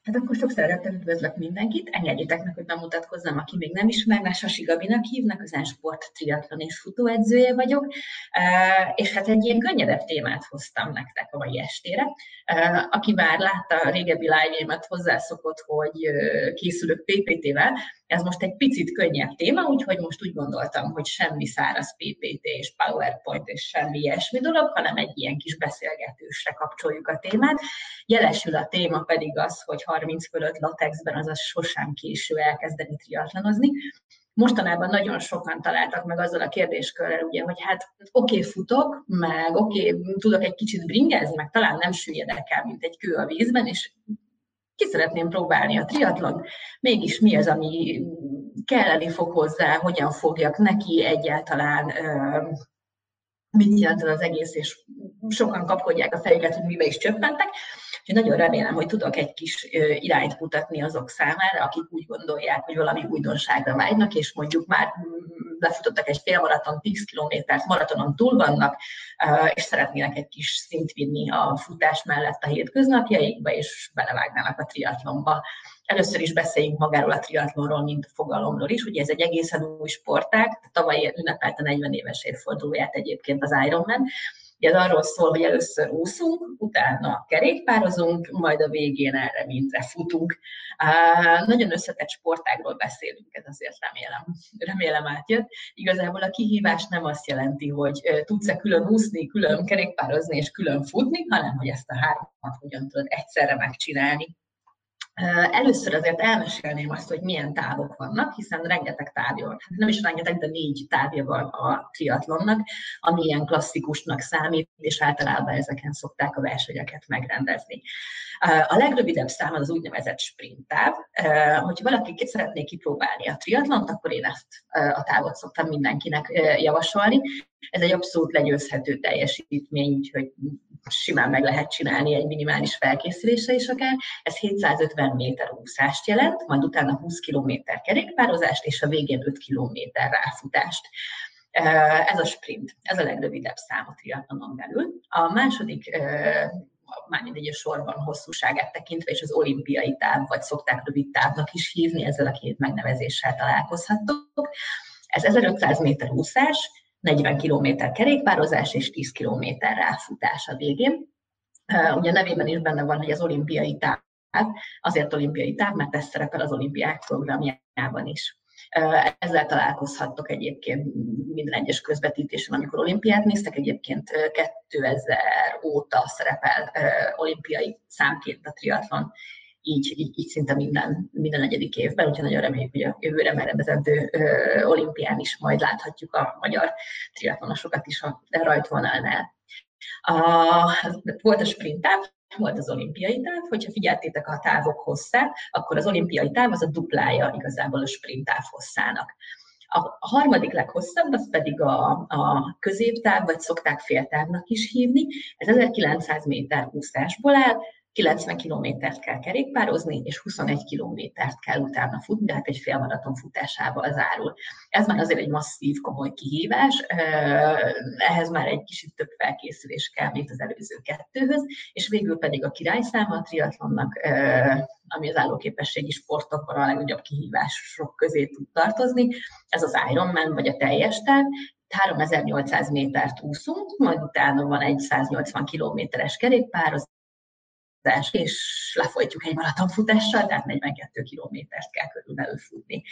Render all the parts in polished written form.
Hát akkor sok szeretettel üdvözlök mindenkit, engedjétek meg, hogy bemutatkozzam, aki még nem ismer, mert Sasi Gabinak hívnak, az N-Sport triatlon és futóedzője vagyok, és hát egy ilyen könnyedebb témát hoztam nektek a mai estére. Aki már látta a régebbi live-émet, hozzászokott, hogy készülök PPT-vel, ez most egy picit könnyebb téma, úgyhogy most úgy gondoltam, hogy semmi száraz PPT és PowerPoint és semmi ilyesmi dolog, hanem egy ilyen kis beszélgetősre kapcsoljuk a témát. Jelesül a téma pedig az, hogy 30 fölött latexben, azaz sosem késő elkezdeni triatlonozni. Mostanában nagyon sokan találtak meg azzal a kérdéskörrel, ugye, hogy hát oké, futok, meg oké, tudok egy kicsit bringázni, meg talán nem süllyedek el, mint egy kő a vízben, és ki szeretném próbálni a triatlont, mégis mi az, ami kelleni fog hozzá, hogyan fogjak neki egyáltalán, mit jelent az egész, és sokan kapkodják a fejüket, hogy mibe is csöppentek. És nagyon remélem, hogy tudok egy kis irányt mutatni azok számára, akik úgy gondolják, hogy valami újdonságra vágynak, és mondjuk már lefutottak egy félmaraton, 10 kilométert, maratonon túl vannak, és szeretnének egy kis szint vinni a futás mellett a hétköznapjaikba, és belevágnának a triatlonba. Először is beszéljünk magáról a triatlonról, mint fogalomról is. Ugye ez egy egészen új sportág, tavaly ünnepelte 40 éves évfordulóját egyébként az Ironman. Ez arról szól, hogy először úszunk, utána kerékpározunk, majd a végén erre mindre futunk. Nagyon összetett sportágról beszélünk, ez azért remélem átjött. Igazából a kihívás nem azt jelenti, hogy tudsz-e külön úszni, külön kerékpározni és külön futni, hanem hogy ezt a hármat hogyan tudod egyszerre megcsinálni. Először azért elmesélném azt, hogy milyen távok vannak, hiszen rengeteg távja van. Nem is rengeteg, de 4 távja van a triatlonnak, ami ilyen klasszikusnak számít, és általában ezeken szokták a versenyeket megrendezni. A legrövidebb szám az úgynevezett sprint táv. Hogyha valaki szeretné kipróbálni a triatlont, akkor én ezt a távot szoktam mindenkinek javasolni. Ez egy abszolút legyőzhető teljesítmény, úgyhogy simán meg lehet csinálni egy minimális felkészülésre is akár. Ez 750 méter úszást jelent, majd utána 20 kilométer kerékpározást, és a végén 5 kilométer ráfutást. Ez a sprint, ez a legrövidebb szám a triatlonon belül. A második, már mindegy a sorban hosszúságát tekintve, és az olimpiai táv, vagy szokták rövid távnak is hívni, ezzel a 2 megnevezéssel találkozhattok. Ez 1500 méter úszás, 40 kilométer kerékpározás és 10 kilométer ráfutás a végén. Ugye a nevében is benne van, hogy az olimpiai táv, azért olimpiai táv, mert ez szerepel az olimpiák programjában is. Ezzel találkozhattok egyébként minden egyes közvetítésen, amikor olimpiát néztek, egyébként 2000 óta szerepel olimpiai számként a triatlon, így szinte minden negyedik évben, úgyhogy nagyon reméljük, hogy a jövőre megrendezendő olimpián is majd láthatjuk a magyar triatlonosokat is a rajtvonalnál. Volt a sprint táv, volt az olimpiai táv, hogyha figyeltétek a távok hosszát, akkor az olimpiai táv az a duplája igazából a sprint táv hosszának. A harmadik leghosszabb, az pedig a középtáv, vagy szokták féltávnak is hívni. Ez 1900 méter úszásból áll, 90 kilométert kell kerékpározni, és 21 kilométert kell utána futni, de hát egy félmaraton futásával zárul. Ez már azért egy masszív, komoly kihívás, ehhez már egy kicsit több felkészülés kell, mint az előző 2-höz, és végül pedig a királyszáma a triatlonnak, ami az állóképességi sportokban a legnagyobb kihívások közé tud tartozni, ez az Ironman, vagy a teljes táv. 3800 métert úszunk, majd utána van egy 180 kilométeres kerékpározás, és lefolytjuk egy maratonfutással, tehát 42 kilométert kell körülbelül futni.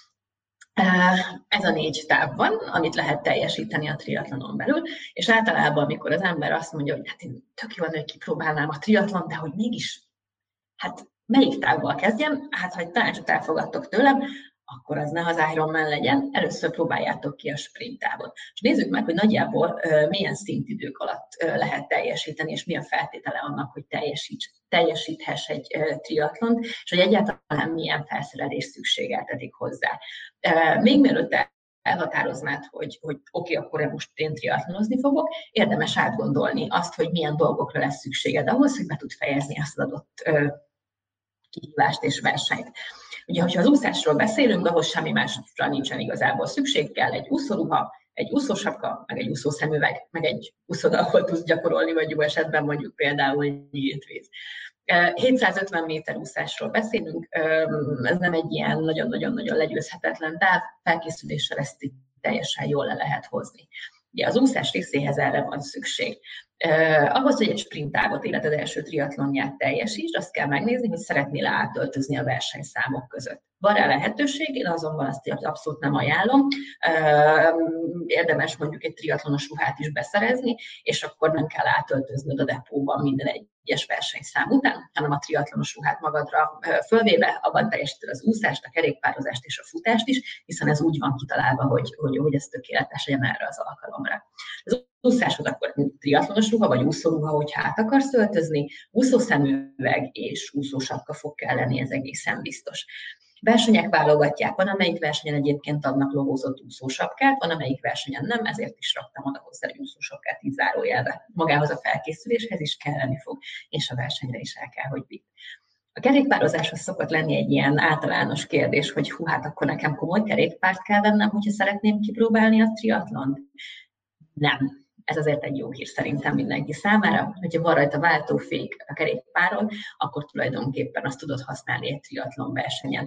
Ez a 4 táv van, amit lehet teljesíteni a triatlonon belül, és általában, amikor az ember azt mondja, hogy hát én tök jó, hogy kipróbálnám a triatlon, de hogy mégis, hát melyik távval kezdjem? Hát ha egy tanácsot elfogadtok tőlem, akkor az ne az Ironman legyen, először próbáljátok ki a sprint távot. És nézzük meg, hogy nagyjából milyen szintidők alatt lehet teljesíteni, és mi a feltétele annak, hogy teljesíthess egy triatlont, és hogy egyáltalán milyen felszerelés szükségeltetik hozzá. Még mielőtt elhatároznád, hogy oké, akkor most én triatlonozni fogok, érdemes átgondolni azt, hogy milyen dolgokra lesz szükséged ahhoz, hogy be tud fejezni azt az adott kihívást és versenyt. Ugye, hogyha az úszásról beszélünk, ahhoz semmi másra nincsen igazából szükség, kell egy úszóruha, egy úszósapka, meg egy úszószemüveg, meg egy úszoda, ahol tudsz gyakorolni, vagy jó esetben mondjuk például nyílt víz. 750 méter úszásról beszélünk, ez nem egy ilyen nagyon-nagyon-nagyon legyőzhetetlen táv, felkészüléssel ezt itt teljesen jól le lehet hozni. Ugye az úszás részéhez erre van szükség. Ahhoz, hogy egy sprinttávot, illetve az első triatlonját teljesítsd, azt kell megnézni, hogy szeretnél átöltözni a versenyszámok között. Van rá lehetőség, én azonban azt abszolút nem ajánlom. Érdemes mondjuk egy triatlonos ruhát is beszerezni, és akkor nem kell átöltöznöd a depóban minden egyes versenyszám után, hanem a triatlonos ruhát magadra fölvéve, abban teljesíted az úszást, a kerékpározást és a futást is, hiszen ez úgy van kitalálva, hogy ez tökéletes legyen erre az alkalomra. Az úszáshoz akkor triatlonos ruha, vagy úszóruha, hogyha át akarsz öltözni, úszószemüveg és úszósapka fog kelleni, ez egészen biztos. Versenyek válogatják, van amelyik versenyen egyébként adnak logózott úszósapkát, van amelyik versenyen nem, ezért is raktam oda hozzá egy úszósapkát így zárójelbe. Magához a felkészüléshez is kelleni fog, és a versenyre is el kell, hogy vidd. A kerékpározáshoz szokott lenni egy ilyen általános kérdés, hogy hú, hát akkor nekem komoly kerékpárt kell vennem, hogyha szeretném kipróbálni a triatlont. Nem. Ez azért egy jó hír szerintem mindenki számára, hogyha van rajta váltófék a kerékpáron, akkor tulajdonképpen azt tudod használni egy triatlon versenyen.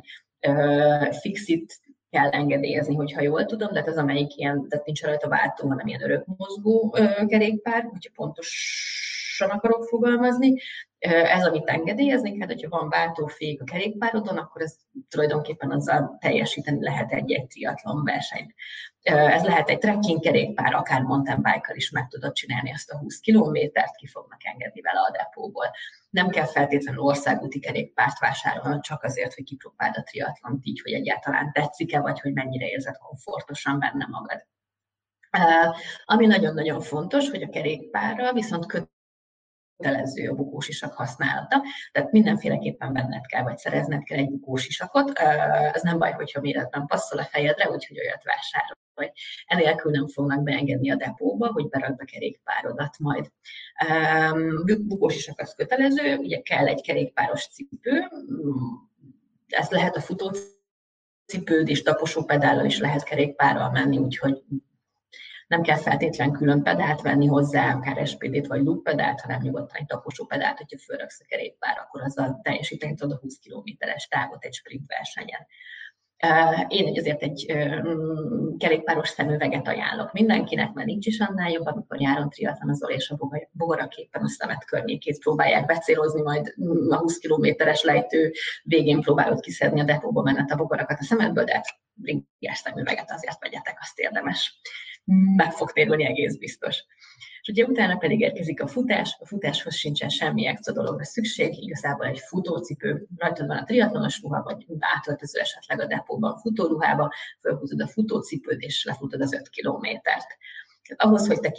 Fixit kell engedélyezni, hogyha jól tudom, de az amelyik ilyen, tehát nincs rajta váltó, hanem ilyen örökmozgó kerékpár, hogyha pontosan akarok fogalmazni. Ez, amit engedélyezni kell, hogyha van váltófék a kerékpárodon, akkor ez tulajdonképpen azzal teljesíteni lehet egy triatlon versenyt. Ez lehet egy trekking kerékpár, akár mountain bike-kal is meg tudod csinálni azt a 20 kilométert, ki fognak engedni vele a depóból. Nem kell feltétlenül országúti kerékpárt vásárolni, csak azért, hogy kipróbáld a triatlont így, hogy egyáltalán tetszik-e, vagy hogy mennyire érzed komfortosan benne magad. Ami nagyon-nagyon fontos, hogy a kerékpárra viszont kötelező a bukósisak használata, tehát mindenféleképpen benned kell, vagy szerezned kell egy bukósisakot. Ez nem baj, hogyha méretben passzol a fejedre, úgyhogy olyat vásárolj. Enélkül nem fognak beengedni a depóba, hogy berakd a kerékpárodat majd. Bukósisak az kötelező, ugye kell egy kerékpáros cipő, ez lehet a futócipőd és taposópedállal is lehet kerékpárral menni, úgyhogy nem kell feltétlen külön pedált venni hozzá, akár SPD-t vagy looppedált, hanem nyugodtan egy taposópedált, hogyha fölraksz a kerékpárra, akkor azzal teljesíteni tudod a 20 kilométeres távot egy sprint versenyen. Én azért egy kerékpáros szemüveget ajánlok mindenkinek, mert nincs is annál jobb, amikor nyáron triatlonozol, és a bogarak éppen a szemed környékét próbálják becélozni, majd a 20 kilométeres lejtő végén próbálod kiszedni a depóba mennet a bogarakat a szemedből, de bringás szemüveget azért vegyetek, azt érdemes. Meg fog térülni, egész biztos. És ugye utána pedig érkezik a futás, a futáshoz sincsen semmi extra dologra szükség, igazából egy futócipő, rajtad van a triatlonos ruha, vagy átöltöző esetleg a depóban futóruhába, fölhúzod a futócipőd, és lefutod az 5 kilométert. Ahhoz, hogy te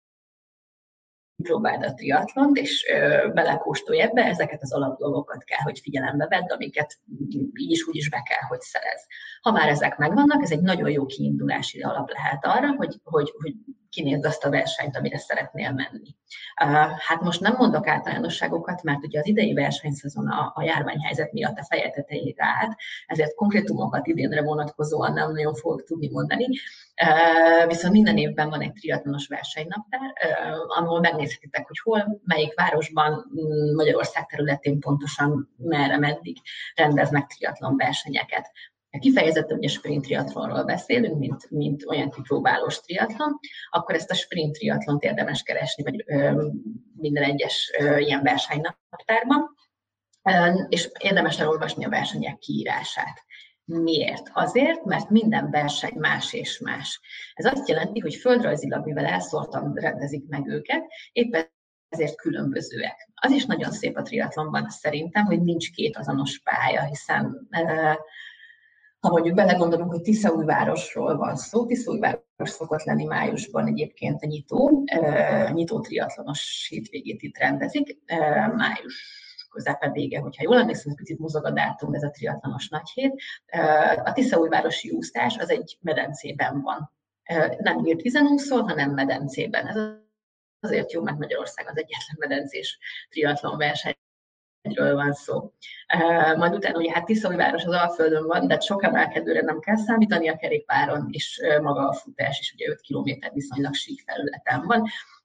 kipróbáld a triatlont, és belekóstolj ebbe, ezeket az alapdolgokat kell, hogy figyelembe vedd, amiket így is úgy is be kell, hogy szerez. Ha már ezek megvannak, ez egy nagyon jó kiindulási alap lehet arra, hogy kinézd azt a versenyt, amire szeretnél menni. Hát most nem mondok általánosságokat, mert ugye az idei versenyszezon a járványhelyzet miatt a feje tetejére állt, ezért konkrétumokat idénre vonatkozóan nem nagyon fogok tudni mondani. Viszont minden évben van egy triatlonos versenynaptár, ahol megnézhetitek, hogy hol, melyik városban, Magyarország területén pontosan merre, meddig rendeznek triatlon versenyeket. Kifejezetten ugye sprint triatlonról beszélünk, mint olyan kipróbálós triatlon, akkor ezt a sprint triatlont érdemes keresni, vagy minden egyes ilyen versenynaptárban, és érdemes elolvasni a versenyek kiírását. Miért? Azért, mert minden verseny más és más. Ez azt jelenti, hogy földrajzilag, mivel elszórtan rendezik meg őket, éppen ezért különbözőek. Az is nagyon szép a triatlonban szerintem, hogy nincs két azonos pálya, hiszen ha mondjuk belegondolunk, hogy Tiszaújvárosról van szó, Tiszaújváros szokott lenni májusban egyébként a nyitó triatlonos hétvégét itt rendezik, május közepe vége, hogyha jól emlékszem, ez picit mozog a dátum, ez a triatlonos nagyhét. A tiszaújvárosi úszás az egy medencében van. Nem nyílt vízen úszol, hanem medencében. Ez azért jó, mert Magyarország az egyetlen medencés triatlon versenyről van szó. Majd utána ugye hát Tiszaújváros az Alföldön van, de sok emelkedőre nem kell számítani a kerékpáron, és maga a futás is ugye 5 km viszonylag sík felületen van.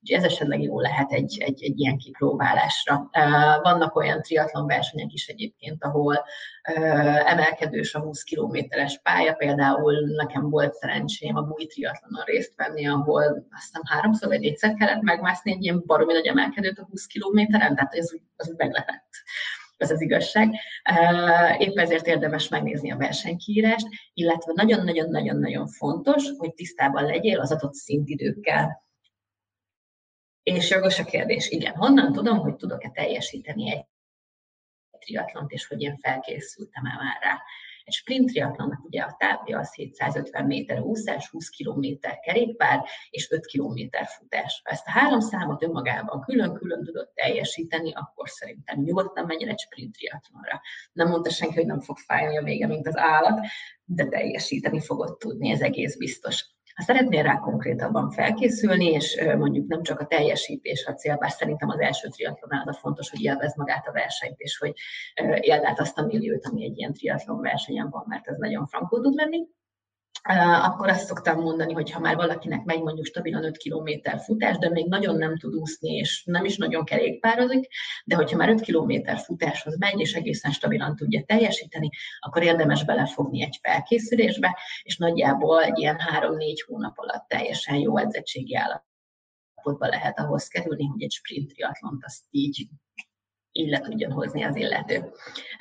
Úgyhogy ez esetleg jó lehet egy ilyen kipróbálásra. Vannak olyan triatlon versenyek is egyébként, ahol emelkedős a 20 kilométeres pálya, például nekem volt szerencsém a Búj triatlonon részt venni, ahol azt hiszem 3-szor vagy 4-szer kellett megmászni egy ilyen baromi nagy emelkedőt a 20 kilométeren, tehát az úgy meglepett. Ez az igazság. Épp ezért érdemes megnézni a versenykiírást, illetve nagyon-nagyon-nagyon-nagyon fontos, hogy tisztában legyél az adott szintidőkkel. És jogos a kérdés, igen, honnan tudom, hogy tudok-e teljesíteni egy triatlont, és hogy én felkészültem már rá. Egy sprint triatlonnak ugye a távja az 750 méter úszás, 20 km kerékpár és 5 km futás. Ha ezt a 3 számot önmagában külön-külön tudod teljesíteni, akkor szerintem nyugodtan menjen egy sprint triatlonra. Nem mondta senki, hogy nem fog fájni a vége, mint az állat, de teljesíteni fogod tudni, ez egész biztos. Ha szeretnél rá konkrétabban felkészülni, és mondjuk nem csak a teljesítés a cél, bár szerintem az első triatlonnál az a fontos, hogy élvezd magát a versenyt, és hogy éld át azt a milliót, ami egy ilyen triatlon versenyen van, mert ez nagyon frankó tud lenni. Akkor azt szoktam mondani, hogy ha már valakinek megy mondjuk stabilan 5 km futás, de még nagyon nem tud úszni, és nem is nagyon kerékpározik, de hogyha már 5 km futáshoz megy, és egészen stabilan tudja teljesíteni, akkor érdemes belefogni egy felkészülésbe, és nagyjából egy ilyen 3-4 hónap alatt teljesen jó edzettségi állapotba lehet ahhoz kerülni, hogy egy sprint triatlont azt így le tudjon hozni az illető.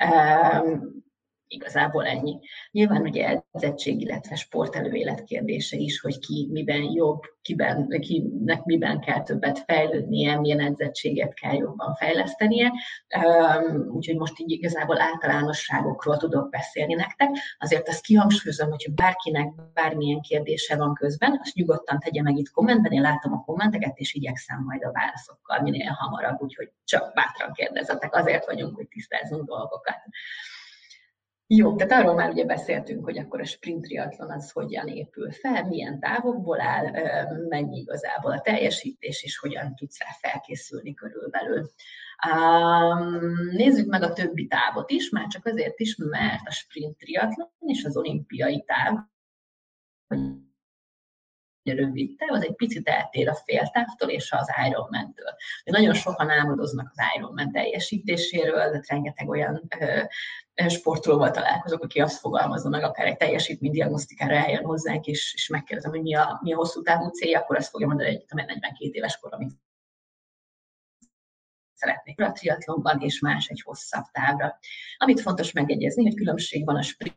Igazából ennyi. Nyilván ugye edzettség, illetve sportelőélet kérdése is, hogy ki miben jobb, kinek miben kell többet fejlődnie, milyen edzettséget kell jobban fejlesztenie. Úgyhogy most így igazából általánosságokról tudok beszélni nektek. Azért azt kihangsúlyozom, hogyha bárkinek bármilyen kérdése van közben, azt nyugodtan tegye meg itt kommentben, én látom a kommenteket, és igyekszem majd a válaszokkal minél hamarabb, úgyhogy csak bátran kérdezzetek, azért vagyunk, hogy tisztázzunk dolgokat. Jó, tehát arról már ugye beszéltünk, hogy akkor a sprint triatlon az hogyan épül fel, milyen távokból áll, mennyi igazából a teljesítés, és hogyan tudsz rá felkészülni körülbelül. Nézzük meg a többi távot is, már csak azért is, mert a sprint triatlon és az olimpiai táv, a rövid táv, az egy picit eltér a féltávtól és az Ironman-től. Nagyon sokan álmodoznak az Ironman teljesítéséről, de rengeteg olyan sportolóval találkozok, aki azt fogalmazza meg, akár egy teljesítménydiagnosztikára eljön hozzánk, és megkérdezem, hogy mi a hosszú távú célja, akkor azt fogja mondani, hogy 42 éves korom szeretnék a triatlonban, és más egy hosszabb távra. Amit fontos megjegyezni, hogy különbség van a sprint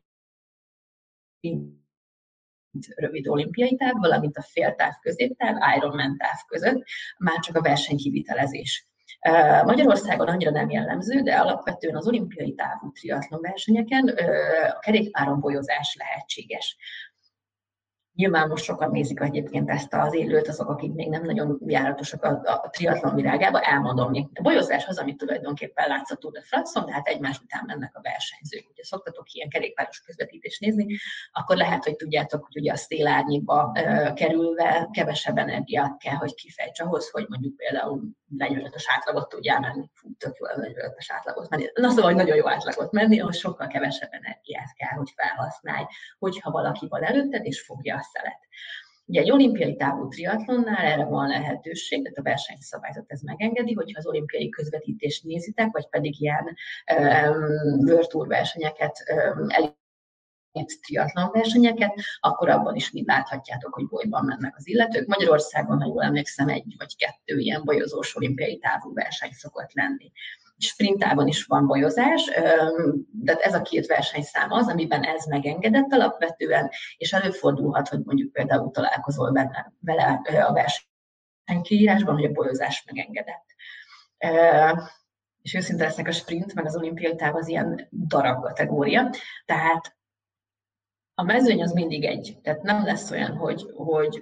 rövid olimpiai táv, valamint a féltáv, középtáv, Ironman táv között, már csak a versenykivitelezés. Magyarországon annyira nem jellemző, de alapvetően az olimpiai távú triatlon versenyeken a kerékpáron bolyozás lehetséges. Nyilván most sokan nézik egyébként ezt az élőt, azok, akik még nem nagyon járatosak a triatlon világába, elmondom még. A bolyozás az, amit tulajdonképpen látsz a Tour de France-on, de hát egymás után mennek a versenyzők. Hogyha szoktatok ilyen kerékpáros közvetítést nézni, akkor lehet, hogy tudjátok, hogy ugye a szélárnyékba kerülve kevesebb energiát kell, hogy kifejts ahhoz, hogy mondjuk például 45-ös átlagot tudjál menni. Fú, tök jó 45-ös átlagot menni. Na szóval, hogy nagyon jó átlagot menni, ahhoz sokkal kevesebb energiát kell, hogy felhasználj, hogyha valaki van előtted, és fogja a szelet. Ugye egy olimpiai távú triatlonnál erre van lehetőség, tehát a versenyszabályzat ez megengedi, hogyha az olimpiai közvetítést nézitek, vagy pedig ilyen World Tour versenyeket, triatlon versenyeket, akkor abban is mind láthatjátok, hogy bolyban mennek az illetők. Magyarországon, ha jól emlékszem, 1 vagy 2 ilyen bolyozós olimpiai távú verseny szokott lenni. Sprintában is van bolyozás, de ez a 2 versenyszám az, amiben ez megengedett alapvetően, és előfordulhat, hogy mondjuk például találkozol vele a versenykiírásban, hogy a bolyozás megengedett. És őszinte lesznek, a sprint, meg az olimpiai táv az ilyen darab kategória, tehát a mezőny az mindig egy, tehát nem lesz olyan, hogy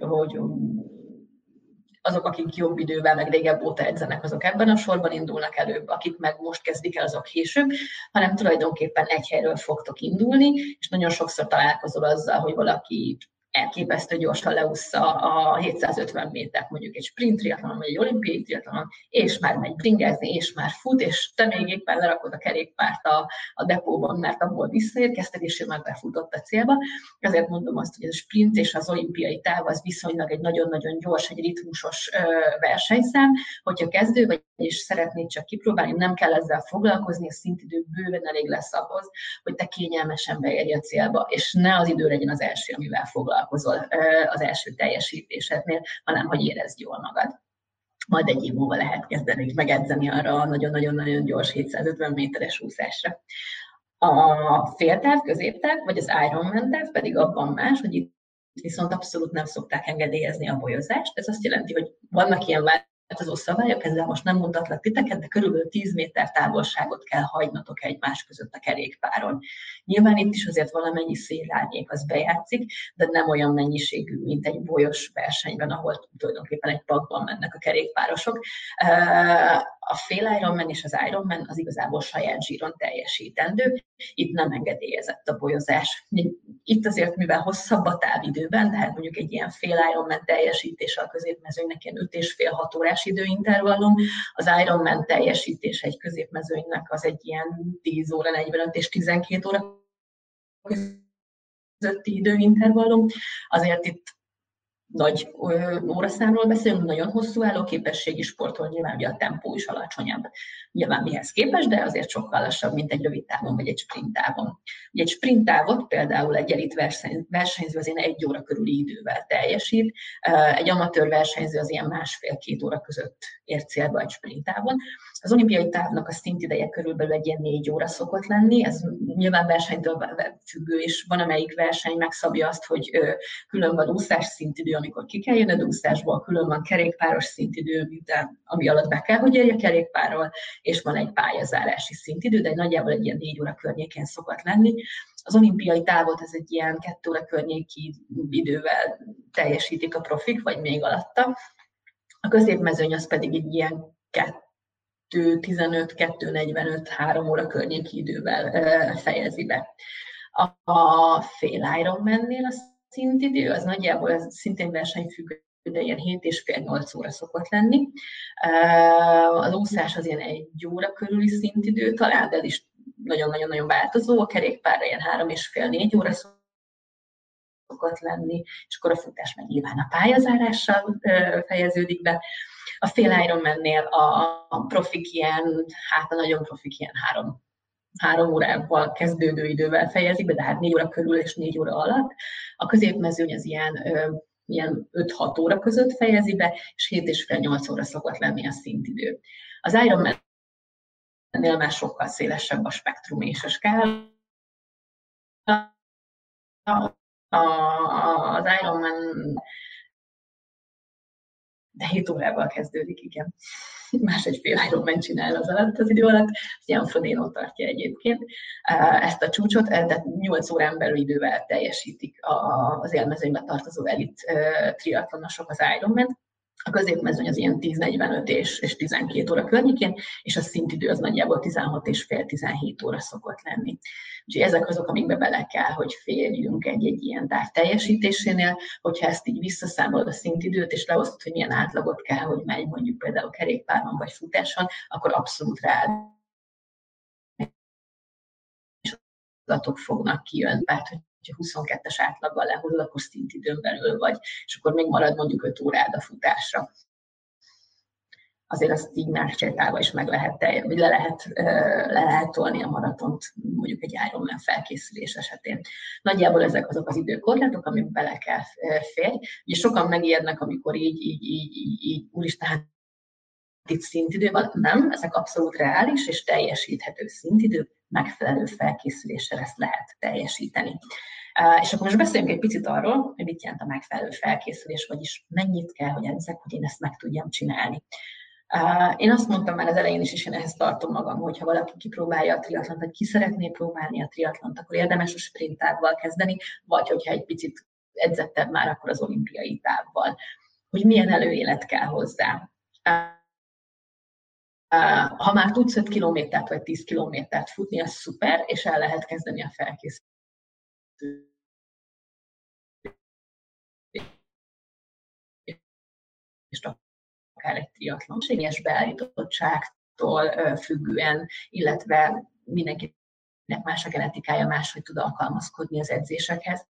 azok, akik jobb idővel, meg régebb óta edzenek, azok ebben a sorban indulnak előbb, akik meg most kezdik el, azok később, hanem tulajdonképpen egy helyről fogtok indulni, és nagyon sokszor találkozol azzal, hogy valaki elképesztő gyorsan leúszza a 750 métert, mondjuk egy sprint triatlonon, vagy egy olimpiai triatlonon, és már megy bringezni, és már fut, és te még éppen lerakod a kerékpárt a depóban, mert abból visszaérkeztek, és ő már befutott a célba. Ezért mondom azt, hogy a sprint és az olimpiai táv az viszonylag egy nagyon-nagyon gyors, egy ritmusos versenyszám. Hogyha kezdő vagy és szeretnéd csak kipróbálni, nem kell ezzel foglalkozni, a szintidő bőven elég lesz ahhoz, hogy te kényelmesen beérj a célba, és ne az idő legyen az első, amivel foglalkozol az első teljesítésednél, hanem hogy érezd jól magad. Majd egy év múlva lehet kezdeni megedzeni arra a nagyon-nagyon-nagyon gyors 750 méteres úszásra. A féltáv, középtáv, vagy az Ironman táv pedig abban más, hogy itt viszont abszolút nem szokták engedélyezni a bolyozást. Ez azt jelenti, hogy vannak ilyen változó szabályok, ezzel most nem mutatlak titeket, de körülbelül 10 méter távolságot kell hagynatok egymás között a kerékpáron. Nyilván itt is azért valamennyi szélárnyék az bejátszik, de nem olyan mennyiségű, mint egy bolyos versenyben, ahol tulajdonképpen egy pakban mennek a kerékpárosok. A fél Ironman és az Ironman az igazából saját zsíron teljesítendő, itt nem engedélyezett a bolyozás. Itt azért, mivel hosszabb a távidőben, tehát mondjuk egy ilyen fél Ironman teljesítése a középmezőnynek ilyen 5,5-6 órás időintervallum, az Ironman teljesítése egy középmezőnynek az egy ilyen 10 óra, 45 és 12 óra közötti időintervallum. Azért itt nagy óraszámról beszélünk, nagyon hosszú állóképességi sportról, nyilván a tempó is alacsonyabb. Nyilván mihez képest, de azért sokkal lassabb, mint egy rövid távon vagy egy sprint távon. Ugye egy sprint távot például egy elit versenyző az ilyen 1 óra körüli idővel teljesít, egy amatőr versenyző az ilyen 1,5-2 óra között ér célba egy sprint távon. Az olimpiai távnak a szintideje körülbelül egy ilyen 4 óra szokott lenni, ez nyilván versenytől függő, és van amelyik verseny megszabja azt, hogy külön van úszás szintidő, amikor ki kell jönnöd úszásból, külön van kerékpáros szintidő, ami alatt be kell, hogy érj a kerékpárral, és van egy pályazárási szintidő, de nagyjából egy ilyen 4 óra környékén szokott lenni. Az olimpiai távot ez egy ilyen 2 óra környéki idővel teljesítik a profik, vagy még alatta. A középmezőny az pedig egy ilyen 2:15, 2:45, 3 óra környéki idővel fejezi be. A fél Ironmannél a szintidő, az nagyjából ez szintén versenyfüggő, de ilyen 7,5-8 óra szokott lenni. Az úszás az ilyen 1 óra körüli szintidő, talán, de ez is nagyon-nagyon változó. A kerékpárra ilyen 3,5-4 óra szokott lenni, és akkor a futás meg nyilván a pályazárással fejeződik be. A fél Ironmannél a profik ilyen, hát a nagyon profik ilyen 3 órával kezdődő idővel fejezik be, de hát 4 óra körül és 4 óra alatt. A középmezőny az ilyen 5-6 óra között fejezi be, és 7,5-8 óra szokott lenni a szintidő. Az Ironman-nél már sokkal szélesebb a spektrum és a skála. Az Ironman de 7 órával kezdődik, igen. Más egy fél Ironman csinál az alatt az idő alatt, Jan Frodeno tartja egyébként ezt a csúcsot, tehát 8 órán belül idővel teljesítik az élmezőnybe tartozó elit triatlonosok az Ironman. A középmezőny az ilyen 10:45 és 12 óra környékén, és a szintidő az nagyjából 16,5-17 óra szokott lenni. Úgyhogy ezek azok, amikbe bele kell, hogy férjünk egy ilyen táv teljesítésénél, hogyha ezt így visszaszámolod a szintidőt, és leosztod, hogy milyen átlagot kell, hogy megy mondjuk például kerékpáron vagy futáson, akkor abszolút rád adatok fognak kijönni. Tehát, hogyha 22-es átlaggal lehozod, akkor szintidőn belül vagy, és akkor még marad mondjuk 5 órád a futásra. Azért azt így más sétálva is meg le lehet tolni a maratont, mondjuk egy Ironman felkészülés esetén. Nagyjából ezek azok az időkorlátok, amik bele kell férni. Ugye sokan megijednek, amikor így úristen, hát itt szintidő van. Nem, ezek abszolút reális és teljesíthető szintidők, megfelelő felkészüléssel ezt lehet teljesíteni. És akkor most beszéljünk egy picit arról, hogy mit jelent a megfelelő felkészülés, vagyis mennyit kell, hogy edzek, hogy én ezt meg tudjam csinálni. Én azt mondtam már az elején is, és én ehhez tartom magam, hogyha valaki kipróbálja a triatlont, vagy ki szeretné próbálni a triatlont, akkor érdemes a sprint távval kezdeni, vagy hogyha egy picit edzettebb már, akkor az olimpiai távval. Hogy milyen előélet kell hozzá. Ha már tudsz 5 kilométert vagy 10 kilométert futni, az szuper, és el lehet kezdeni a felkészülést akár egy triatlon, és beállítottságtól függően, illetve mindenkinek más a genetikája, máshogy tud alkalmazkodni az edzésekhez.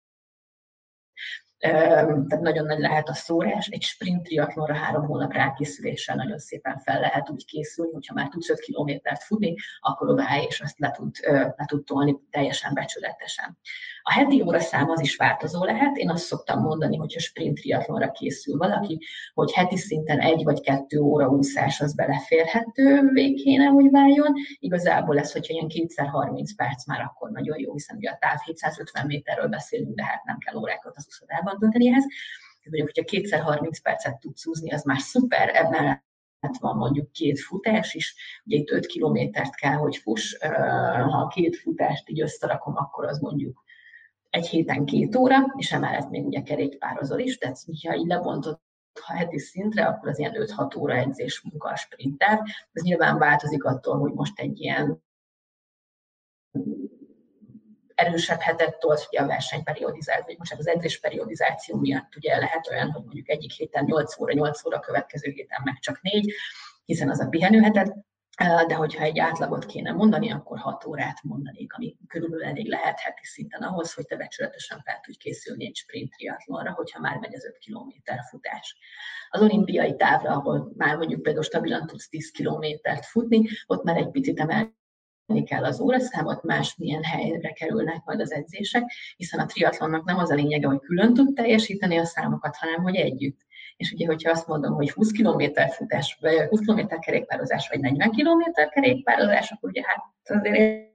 Tehát nagyon nagy lehet a szórás. Egy sprint triatlonra 3 hónap rákészüléssel nagyon szépen fel lehet úgy készülni, hogyha már tudsz 5 kilométert futni, akkor odaállj, és azt le tud tolni teljesen becsületesen. A heti óraszám az is változó lehet. Én azt szoktam mondani, hogyha sprint triatlonra készül valaki, hogy heti szinten 1 vagy 2 óra úszás az beleférhetővé kéne, hogy váljon. Igazából ez, hogyha ilyen 2x30 perc már akkor nagyon jó, hiszen ugye a táv 750 méterről beszélünk, de hát nem kell órákat az úszodában tölteni ehhez. Mondjuk, hogyha 2x30 percet tudsz úszni, az már szuper, ebben van mondjuk 2 futás is, ugye itt 5 kilométert kell, hogy fuss, ha a 2 futást így összerakom, akkor az mondjuk egy héten 2 óra, és emellett még ugye kerékpározol is, tehát ha így lebontod heti szintre, akkor az ilyen 5-6 óra edzés munka a sprinttel. Ez nyilván változik attól, hogy most egy ilyen erősebb hetet tolsz, ugye a versenyperiodizáció, vagy most az edzésperiodizáció miatt ugye lehet olyan, hogy mondjuk egyik héten 8 óra, következő héten meg csak 4, hiszen az a pihenőheted, de hogyha egy átlagot kéne mondani, akkor 6 órát mondanék, ami körülbelül elég lehet heti szinten ahhoz, hogy te becsületesen fel tudj készülni egy sprint triatlonra, hogyha már megy az 5 kilométer futás. Az olimpiai távra, ahol már mondjuk például stabilan tudsz 10 kilométert futni, ott már egy picit kell az óraszámot, másmilyen helyre kerülnek majd az edzések, hiszen a triatlonnak nem az a lényege, hogy külön tud teljesíteni a számokat, hanem hogy együtt. És ugye, hogyha azt mondom, hogy 20 km futás, vagy 20 km kerékpározás, vagy 40 km kerékpározás, akkor ugye hát azért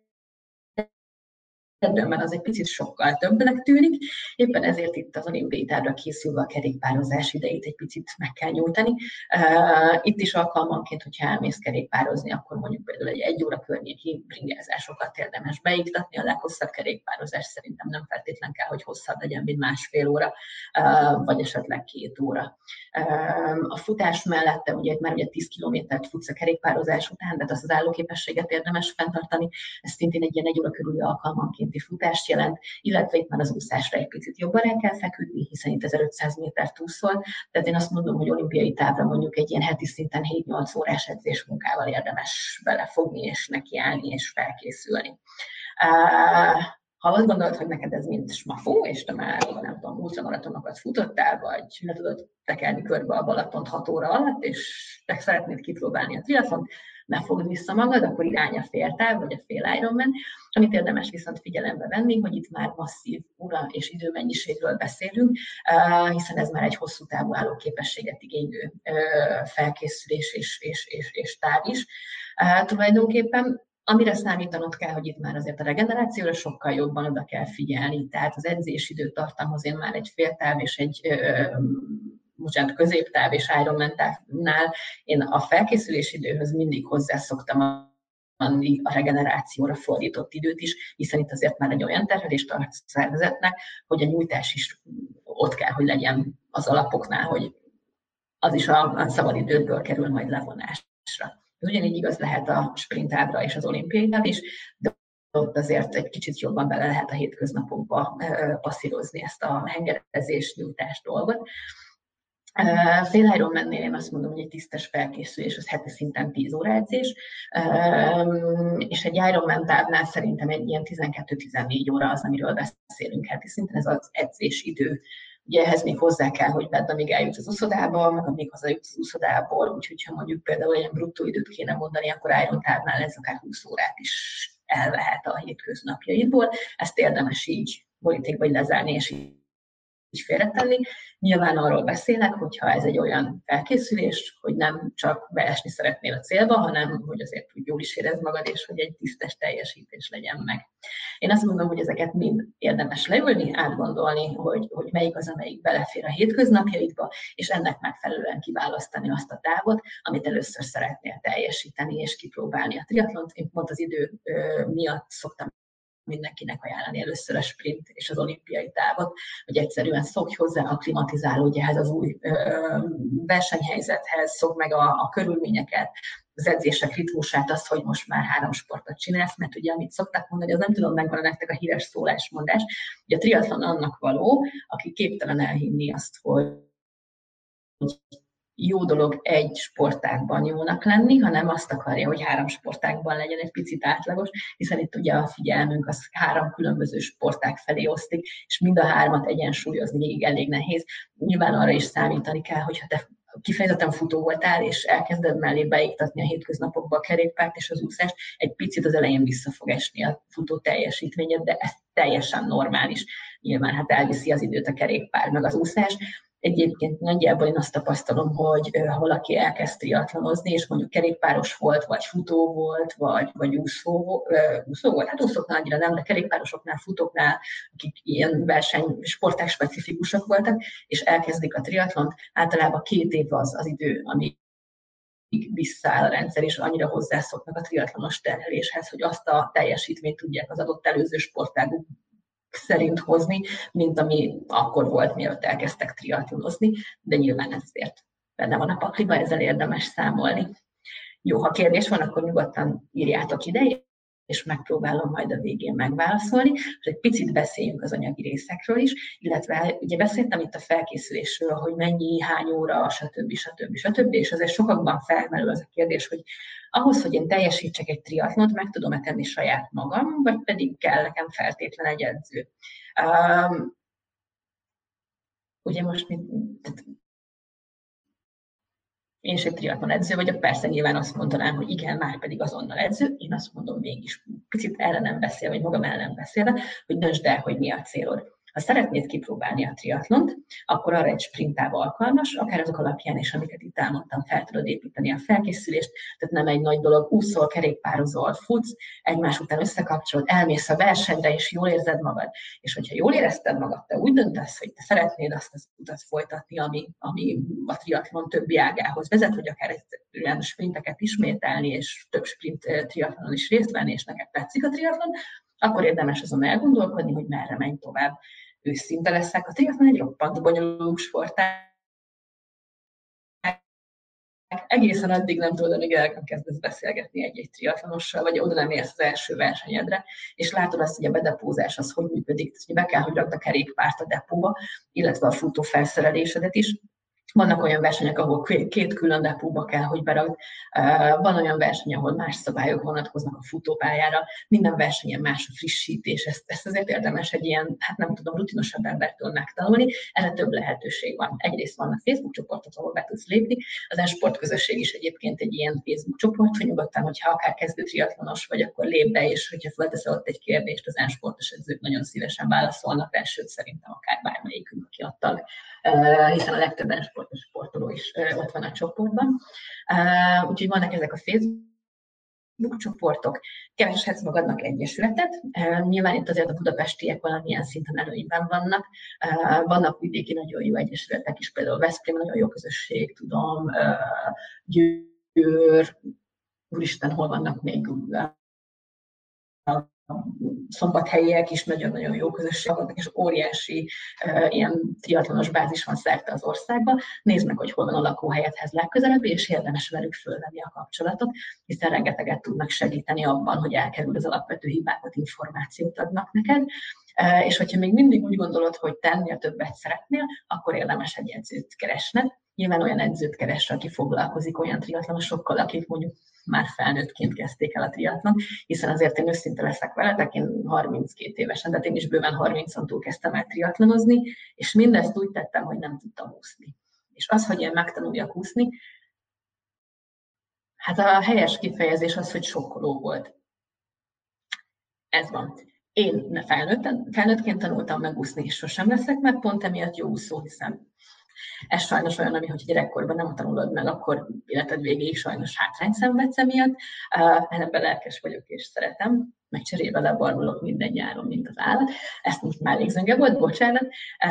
ebben az egy picit sokkal többnek tűnik, éppen ezért itt az olimpiai távra készülve a kerékpározás idejét egy picit meg kell nyújtani. Itt is alkalmanként, hogyha elmész kerékpározni, akkor mondjuk például egy 1 óra környéki bringázásokat érdemes beiktatni. A leghosszabb kerékpározás szerintem nem feltétlen kell, hogy hosszabb legyen, mint 1,5 óra, vagy esetleg 2 óra. A futás mellette ugye már ugye 10 kilométert futsz a kerékpározás után, de az állóképességet érdemes fenntartani. Ez szintén egy ilyen 1 óra körüli alkalmanként futást jelent, illetve itt már az úszásra egy picit jobban el kell feküdni, hiszen itt 1500 métert úszol, tehát én azt mondom, hogy olimpiai távra mondjuk egy ilyen heti szinten 7-8 órás edzésmunkával érdemes belefogni, és nekiállni, és felkészülni. Ha azt gondolod, hogy neked ez mind smafó, és te már, nem tudom, ultramaratonokat futottál, vagy le tudod tekerni körbe a Balatont 6 óra alatt, és te szeretnéd kipróbálni a triatlont, ne fogd vissza magad, akkor irány a féltáv, vagy a fél Ironman, amit érdemes viszont figyelembe venni, hogy itt már masszív óra és időmennyiségről beszélünk, hiszen ez már egy hosszú távú állóképességet igénylő felkészülés és táv is. Tulajdonképpen amire számítanod kell, hogy itt már azért a regenerációra sokkal jobban oda kell figyelni, tehát az edzésidőtartamhoz én már egy féltáv és egy középtáv és Ironman távnál én a felkészülési időhöz mindig hozzá szoktam adni a regenerációra fordított időt is, hiszen itt azért már egy olyan terhelést tart a szervezetnek, hogy a nyújtás is ott kell, hogy legyen az alapoknál, hogy az is a szabadidődből kerül majd levonásra. Ez ugyanígy igaz lehet a sprintávra és az olimpiai táv is, de ott azért egy kicsit jobban bele lehet a hétköznapokba passzírozni ezt a hengerezés, nyújtás dolgot. Fél Ironmannél én azt mondom, hogy egy tisztes felkészülés, az heti szinten 10 óra edzés, és egy Ironman távnál szerintem egy ilyen 12-14 óra az, amiről beszélünk heti szinten, ez az edzés idő. Ugye ehhez még hozzá kell, hogy vedd, amíg eljutsz az úszodába, meg amíg hazajutsz az úszodából, úgyhogy ha mondjuk például ilyen bruttó időt kéne mondani, akkor Iron távnál ez akár 20 órát is elvehet a hétköznapjaidból. Ezt érdemes így borítékba lezárni, és így félretenni. Nyilván arról beszélek, hogyha ez egy olyan felkészülés, hogy nem csak beesni szeretnél a célba, hanem hogy azért úgy jól is érezd magad, és hogy egy tisztes teljesítés legyen meg. Én azt mondom, hogy ezeket mind érdemes leülni, átgondolni, hogy melyik az, amelyik belefér a hétköznapjaidba, és ennek megfelelően kiválasztani azt a távot, amit először szeretnél teljesíteni, és kipróbálni a triatlont. Én pont az idő miatt szoktam mindenkinek ajánlani először a sprint és az olimpiai távot, hogy egyszerűen szokj hozzá, akklimatizálódj ehhez az új versenyhelyzethez, szokj meg a körülményeket, az edzések ritmusát, az, hogy most már 3 sportot csinálsz, mert ugye amit szoktak mondani, az nem tudom, megvan nektek a híres szólásmondás, hogy a triatlon annak való, aki képtelen elhinni azt, hogy jó dolog egy sportágban jónak lenni, hanem azt akarja, hogy 3 sportágban legyen egy picit átlagos, hiszen itt ugye a figyelmünk az 3 különböző sportág felé osztik, és mind a 3-at egyensúlyozni még elég nehéz. Nyilván arra is számítani kell, hogyha te kifejezetten futó voltál, és elkezded mellé beiktatni a hétköznapokba a kerékpárt és az úszást, egy picit az elején vissza fog esni a futó teljesítményed, de ez teljesen normális. Nyilván hát elviszi az időt a kerékpár, meg az úszás. Egyébként nagyjából én azt tapasztalom, hogy ha valaki elkezd triatlonozni, és mondjuk kerékpáros volt, vagy futó volt, vagy úszó volt, hát úszóknál annyira nem, de kerékpárosoknál, futóknál, akik ilyen sporták specifikusak voltak, és elkezdik a triatlont, általában 2 év az idő, ami visszaáll a rendszer, és annyira hozzászoknak a triatlonos terheléshez, hogy azt a teljesítményt tudják az adott előző sportáguk szerint hozni, mint ami akkor volt, mielőtt elkezdtek triatlonozni, de nyilván ezért benne van a pakliba, ezzel érdemes számolni. Jó, ha kérdés van, akkor nyugodtan írjátok ide, és megpróbálom majd a végén megválaszolni. És egy picit beszéljünk az anyagi részekről is, illetve ugye beszéltem itt a felkészülésről, hogy mennyi, hány óra, stb. És azért sokakban felmerül az a kérdés, hogy ahhoz, hogy én teljesítsek egy triatlont, meg tudom-e tenni saját magam, vagy pedig kell nekem feltétlen egy edző. Ugye most én is egy triatlon edző vagyok, persze nyilván azt mondanám, hogy igen, már pedig azonnal edző, én azt mondom mégis, picit ellenem beszél, vagy magam ellen beszélve, hogy döntsd el, hogy mi a célod. Ha szeretnéd kipróbálni a triatlont, akkor arra egy sprintáv alkalmas, akár azok alapján is, amiket itt elmondtam, fel tudod építeni a felkészülést, tehát nem egy nagy dolog, úszol, kerékpározol, futsz, egymás után összekapcsolod, elmész a versenyre, és jól érzed magad. És hogyha jól érezted magad, te úgy döntesz, hogy te szeretnéd azt az utat folytatni, ami a triatlon többi ágához vezet, hogy akár olyan sprinteket ismételni, és több sprint triatlonon is részt venni, és neked tetszik a triatlon, akkor érdemes azon elgondolkodni, hogy merre menj tovább. Őszinte leszek, a triatlon egy roppant bonyolult sportág. Egészen addig nem tudod, amíg elkezdesz beszélgetni egy triatlonossal, vagy oda nem érsz az első versenyedre, és látod azt, hogy a bedepózás az hogy működik, hogy be kell, hogy rakd a kerékpárt a depóba, illetve a futó felszerelésedet is. Vannak olyan versenyek, ahol 2 külön depóba kell, hogy beragd. Van olyan verseny, ahol más szabályok vonatkoznak a futópályára. Minden versenyen más a frissítés. Ezt azért érdemes egy ilyen, hát nem tudom, rutinosabb embertől megtanulni. Erre több lehetőség van. Egyrészt vannak Facebook csoportok, ahol be tudsz lépni. Az e-sport közösség is egyébként egy ilyen Facebook csoport, hogy nyugodtan, hogyha akár kezdő triatlonos vagy, akkor lép be, és hogyha felteszel ott egy kérdést, az e-sportos edzők nagyon szívesen válaszolnak rá, sőt szerintem akár bármelyikünk, aki ott tag, hiszen a legtöbb e-sportos sportoló is ott van a csoportban. Úgyhogy vannak ezek a Facebook csoportok, kereshetsz magadnak egyesületet. Nyilván itt azért a budapestiek valamilyen szinten előnyben vannak. Vannak vidéki nagyon jó egyesületek is, például Veszprém nagyon jó közösség, tudom, Győr, úristen, hol vannak még szombathelyiek is nagyon-nagyon jó közösségek vannak, és óriási ilyen triatlonos bázis van szerte az országban. Nézd meg, hogy hol van a lakóhelyedhez legközelebb, és érdemes velük fölvenni a kapcsolatot, hiszen rengeteget tudnak segíteni abban, hogy elkerül az alapvető hibákat, információt adnak neked. És hogyha még mindig úgy gondolod, hogy te ennél többet szeretnél, akkor érdemes egy edzőt keresned. Nyilván olyan edzőt keres, aki foglalkozik olyan triatlonosokkal, akik mondjuk már felnőttként kezdték el a triatlon, hiszen azért én őszinte leszek veletek, én 32 évesen, tehát én is bőven 30-on túl kezdtem el triatlonozni, és mindezt úgy tettem, hogy nem tudtam úszni. És az, hogy én megtanuljak úszni, hát a helyes kifejezés az, hogy sokkoló volt. Ez van. Én felnőttként tanultam meg úszni, és sosem leszek meg pont emiatt jó úszó, hiszen ez sajnos olyan, ami, hogy gyerekkorban nem tanulod meg, akkor életed végéig sajnos hátrányt szenvedsz emiatt. Ebben lelkes vagyok és szeretem, meg cserébe lebarulok minden nyáron, mint az állat. Ezt most mellékzönge volt, bocsánat.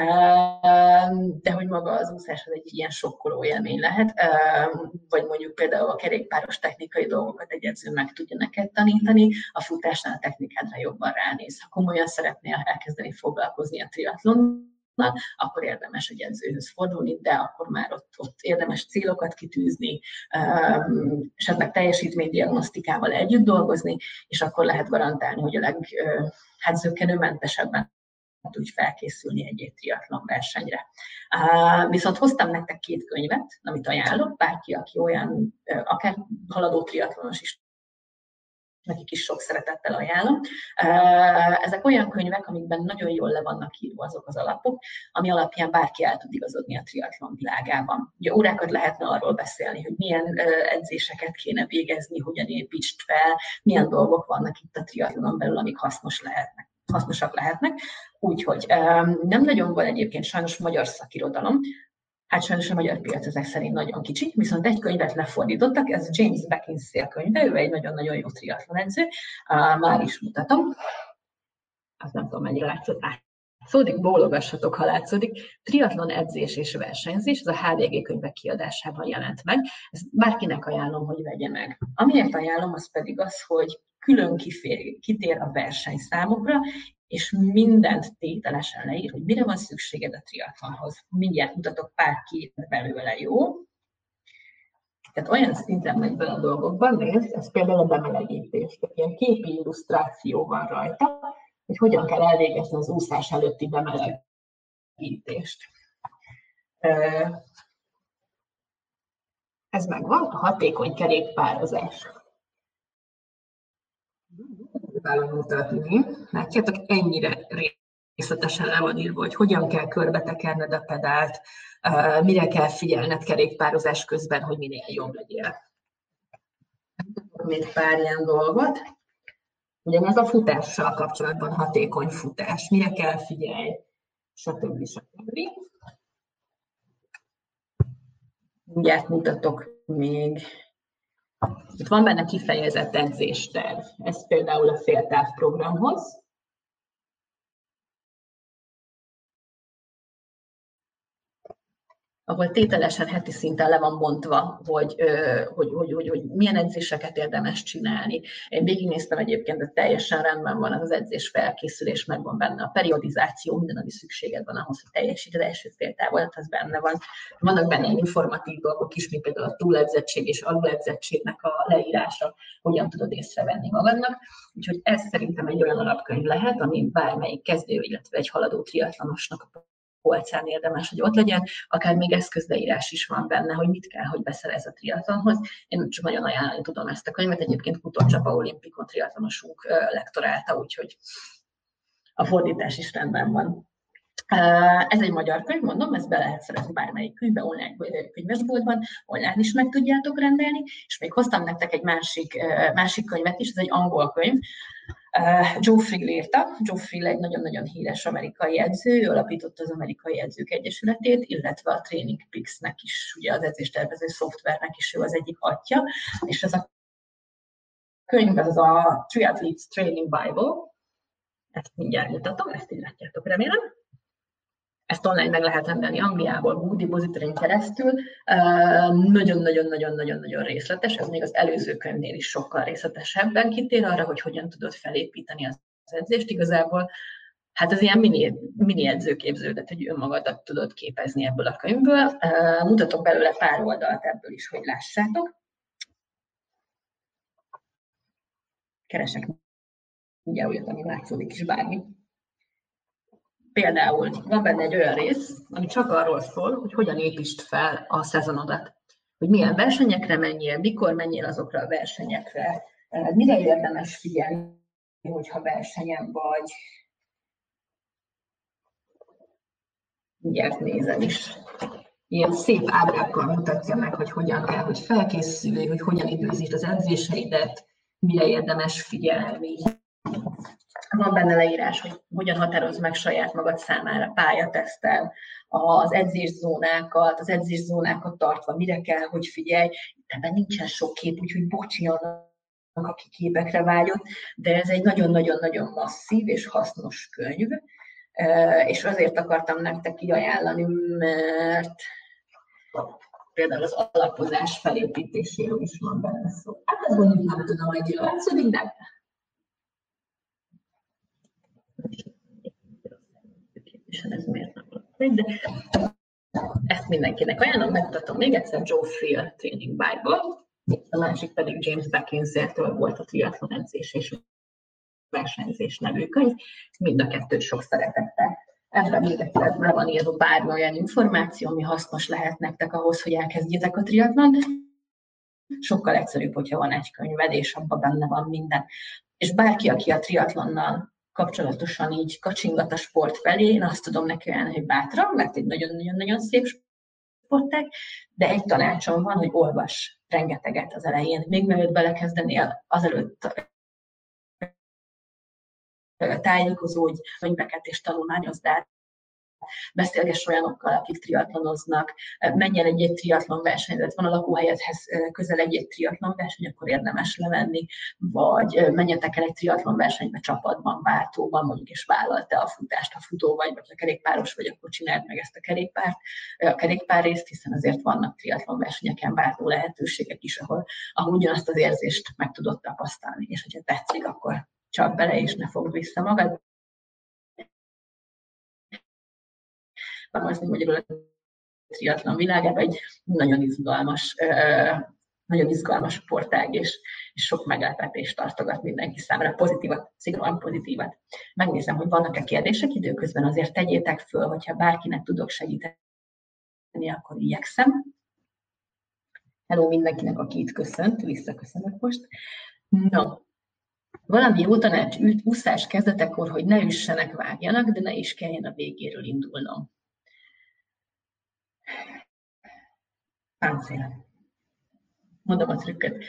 De hogy maga az úszás az egy ilyen sokkoló élmény lehet, vagy mondjuk például a kerékpáros technikai dolgokat egy edző meg tudja neked tanítani, a futásnál a technikádra jobban ránéz. Ha komolyan szeretnél elkezdeni foglalkozni a triatlonnal, akkor érdemes egy edzőhöz fordulni, de akkor már ott érdemes célokat kitűzni, esetleg teljesítménydiagnosztikával együtt dolgozni, és akkor lehet garantálni, hogy a leghelyzőkenőmentesebben úgy felkészülni egy triatlon versenyre. Viszont hoztam nektek 2 könyvet, amit ajánlok, bárki, aki olyan, akár haladó triatlonos is, nekik is sok szeretettel ajánlom. Ezek olyan könyvek, amikben nagyon jól le vannak írva azok az alapok, ami alapján bárki el tud igazodni a triatlon világában. Ugye órákat lehetne arról beszélni, hogy milyen edzéseket kéne végezni, hogyan építsd fel, milyen dolgok vannak itt a triatlonon belül, amik hasznosak lehetnek. Úgyhogy nem nagyon van egyébként sajnos magyar szakirodalom. Hát sajnos a magyar piac ezek szerint nagyon kicsi, viszont egy könyvet lefordítottak, ez James Beckinsale könyve, ő egy nagyon-nagyon jó triatlon edző, már is mutatom. Azt nem tudom, mennyire látszott. Látszódik, bólogassatok, ha látszódik. Triatlon edzés és versenyzés, ez a HVG könyvek kiadásában jelent meg. Ezt bárkinek ajánlom, hogy vegye meg. Amiért ajánlom, az pedig az, hogy külön kitér a versenyszámokra, és mindent tételesen leír, hogy mire van szükséged a triatlonhoz. Mindjárt mutatok pár képet belőle, jó? Tehát olyan szinten megy bele a dolgokban, nézd, ez például a bemelegítés. Ilyen képi illusztráció van rajta, hogy hogyan kell elvégezni az úszás előtti bemelegítést. Ez megvan, a hatékony kerékpározás. Próbálom mutatni. Látjátok, ennyire részletesen le van írva, hogy hogyan kell körbetekerned a pedált, mire kell figyelned kerékpározás közben, hogy minél jobb legyél. Még pár ilyen dolgot. Ugyanez a futással kapcsolatban hatékony futás. Mire kell figyelni, stb. Mindjárt mutatok még. Itt van benne kifejezett edzésterv. Ez például a féltávprogramhoz. Ahol tételesen heti szinten le van bontva, hogy milyen edzéseket érdemes csinálni. Én végignéztem egyébként, de teljesen rendben van az edzés felkészülés, megvan benne a periodizáció, minden, ami szükséged van ahhoz, hogy teljesíted, első féltávolat, az benne van. Vannak benne informatív dolgok is, mint például a túledzettség és aluledzettségnek a leírása, hogyan tudod észrevenni magadnak. Úgyhogy ez szerintem egy olyan alapkönyv lehet, ami bármelyik kezdő, illetve egy haladó triatlonosnak a polcán érdemes, hogy ott legyen, akár még eszközleírás is van benne, hogy mit kell, hogy beszerez a triatlonhoz. Én csak nagyon ajánlani tudom ezt a könyvet, egyébként Kutorcsaba olimpikon triatlonosunk lektorálta, úgyhogy a fordítás is rendben van. Ez egy magyar könyv, mondom, ezt be lehet szerezni bármelyik könyvbe, online könyvesboltban, online is meg tudjátok rendelni, és még hoztam nektek egy másik könyvet is, ez egy angol könyv, Joe Friel írta. Joe Friel egy nagyon-nagyon híres amerikai edző, ő alapította az Amerikai Edzők Egyesületét, illetve a Training Peaks-nek is, ugye az edzéstervező szoftvernek is ő az egyik atya, és ez a könyv az a Triathletes Training Bible, ezt mindjárt mutatom, ezt így látjátok, remélem. Ezt online meg lehet rendelni Angliából, Book Depository-n keresztül. Nagyon-nagyon-nagyon-nagyon részletes, ez még az előző könyvnél is sokkal részletesebben kitér arra, hogy hogyan tudod felépíteni az edzést. Igazából hát az ilyen mini edzőképződet, hogy önmagadat tudod képezni ebből a könyvből. Mutatok belőle pár oldalt ebből is, hogy lássátok. Keresek mindjárt olyat, ami látszódik is bármi. Például van benne egy olyan rész, ami csak arról szól, hogy hogyan építsd fel a szezonodat. Hogy milyen versenyekre menjél, mikor menjél azokra a versenyekre, mire érdemes figyelni, hogyha versenyen vagy. Mindjárt nézem is. Ilyen szép ábrákkal mutatja meg, hogy hogyan kell, hogy felkészülj, hogy hogyan időzítsd az edzéseidet, mire érdemes figyelni. Van benne leírás, hogy hogyan határozd meg saját magad számára pályateszttel az edzészzónákat tartva, mire kell, hogy figyelj. Ebben nincsen sok kép, úgyhogy bocsi annak, aki képekre vágyott, de ez egy nagyon-nagyon-nagyon masszív és hasznos könyv, és azért akartam nektek így ajánlani, mert például az alapozás felépítéséről is van benne szó. Hát ez mondjuk nem tudom, hogy látszódik, de ez miért nem van, de ezt mindenkinek ajánlom, megmutatom még egyszer Joe Friel Training Bible, a másik pedig James Beckinsale-től volt a triatlon edzés és versenyzés nevű könyv, mind a kettőt sok szeretettel Erre le van írva bármi olyan információ, ami hasznos lehet nektek ahhoz, hogy elkezdjétek a triatlont. Sokkal egyszerűbb, hogyha van egy könyved, és abban benne van minden. És bárki, aki a triatlonnal kapcsolatosan így kacsingat a sport felé, én azt tudom neki olyan, hogy bátran, mert egy nagyon-nagyon szép sportág, de egy tanácsom van, hogy olvass rengeteget az elején. Még mielőtt belekezdenél, azelőtt tájékozódj, könyveket és tanulmányozd át, beszélgess olyanokkal, akik triatlonoznak, menj el egy triatlon versenyre, van a lakóhelyedhez közel egy triatlon verseny, akkor érdemes lemenni, vagy menjetek el egy triatlon versenybe csapatban, váltóban, mondjuk, és vállal te a futást, ha futó vagy a kerékpáros vagy, akkor csináld meg ezt a kerékpárrészt, hiszen azért vannak triatlon versenyeken váltó lehetőségek is, ahol ugyanazt az érzést meg tudod tapasztalni, és hogyha tetszik, akkor csak bele, és ne fogd vissza magad. Vamozni magyarul a triatlon világában egy nagyon izgalmas sportág, és sok meglepetést tartogat mindenki számára, pozitívat, szigorúan pozitívat. Megnézem, hogy vannak-e kérdések, időközben azért tegyétek föl, hogyha bárkinek tudok segíteni, akkor igyekszem. Hello mindenkinek, aki itt köszönt, visszaköszönök most. No. Valami jó tanács úszás kezdetekor, hogy ne üssenek, vágjanak, de ne is kelljen a végéről indulnom. Páncél. Mondom a trükköt.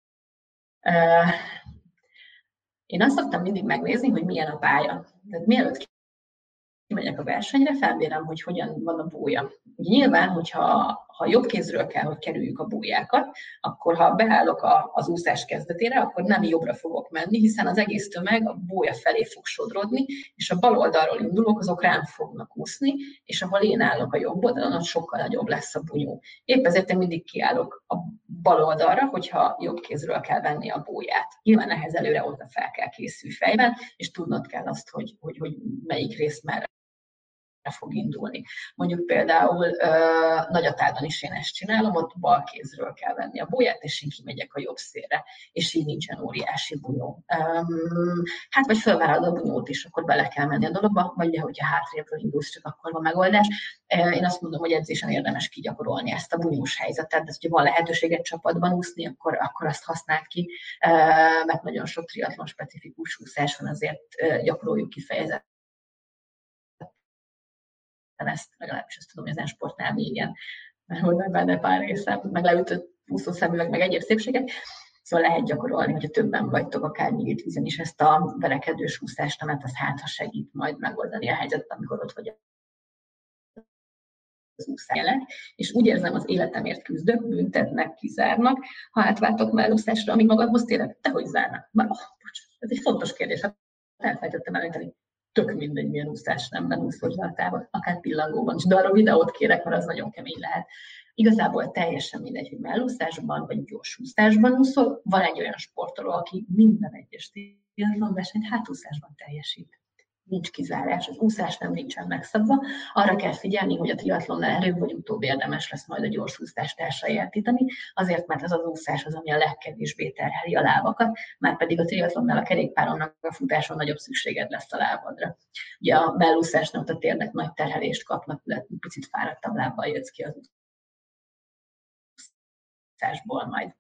Én azt szoktam mindig megnézni, hogy milyen a pálya. Tehát mielőtt kimegyek a versenyre, felmérem, hogy hogyan van a bója. Ugye nyilván, hogyha jobb kézről kell, hogy kerüljük a bójákat, akkor ha beállok az úszás kezdetére, akkor nem jobbra fogok menni, hiszen az egész tömeg a bója felé fog sodrodni, és a bal oldalról indulok, azok rám fognak úszni, és ahol én állok a jobb oldalon, ott sokkal nagyobb lesz a bunyó. Épp ezért én mindig kiállok a bal oldalra, hogyha jobb kézről kell venni a bóját. Nyilván ehhez előre oda fel kell készülni fejben, és tudnod kell azt, hogy melyik rész merre fog indulni. Mondjuk például Nagyatádon is én ezt csinálom, ott bal kézről kell venni a bóját, és én kimegyek a jobb szélre, és így nincsen óriási bunyó. Hát vagy felvállalod a bunyót is, akkor bele kell menni a dologba, vagy hogyha hátrébről indulsz, csak akkor van megoldás. Én azt mondom, hogy edzésen érdemes kigyakorolni ezt a bunyós helyzetet, de hogyha van lehetőséget csapatban úszni, akkor azt használd ki, mert nagyon sok triatlon specifikus úszás van, azért gyakoroljuk kifejezetten ezt, legalábbis ezt tudom, hogy az e-sportnál még ilyen, mert volt benne pár részem, meg leütött úszószemüveg, meg egyéb szépségek. Szóval lehet gyakorolni, hogyha többen vagytok, akár nyílt vízen is ezt a verekedős úszást, mert az ha segít majd megoldani a helyzetet, amikor ott vagy az úszásjelek. És úgy érzem, az életemért küzdök, büntetnek, kizárnak, ha átváltok mellúszásra, amíg magadhoz tényleg, dehogy zárnak. Ez egy fontos kérdés, hát elfelejtettem elmondani. Tök mindegy, milyen úszás nemben úszol zsartával, akár pillangóban is, de arra videót kérek, mert az nagyon kemény lehet. Igazából teljesen mindegy, hogy mellúszásban vagy gyors úszásban úszol. Van egy olyan sportoló, aki minden egyes triatlon versenyt hátúszásban teljesít. Nincs kizárás, az úszás nem nincsen megszabva. Arra kell figyelni, hogy a triatlonnál előbb vagy utóbb érdemes lesz majd a gyors úszást elsajátítani, azért, mert az úszás az, ami a legkevésbé terheli a lábakat, már pedig a triatlonnál a kerékpáronnak a futáson nagyobb szükséged lesz a lábadra. Ugye a mellúszásnak a térnek nagy terhelést kapnak, illetve picit fáradtabb lábbal jössz ki az úszásból majd.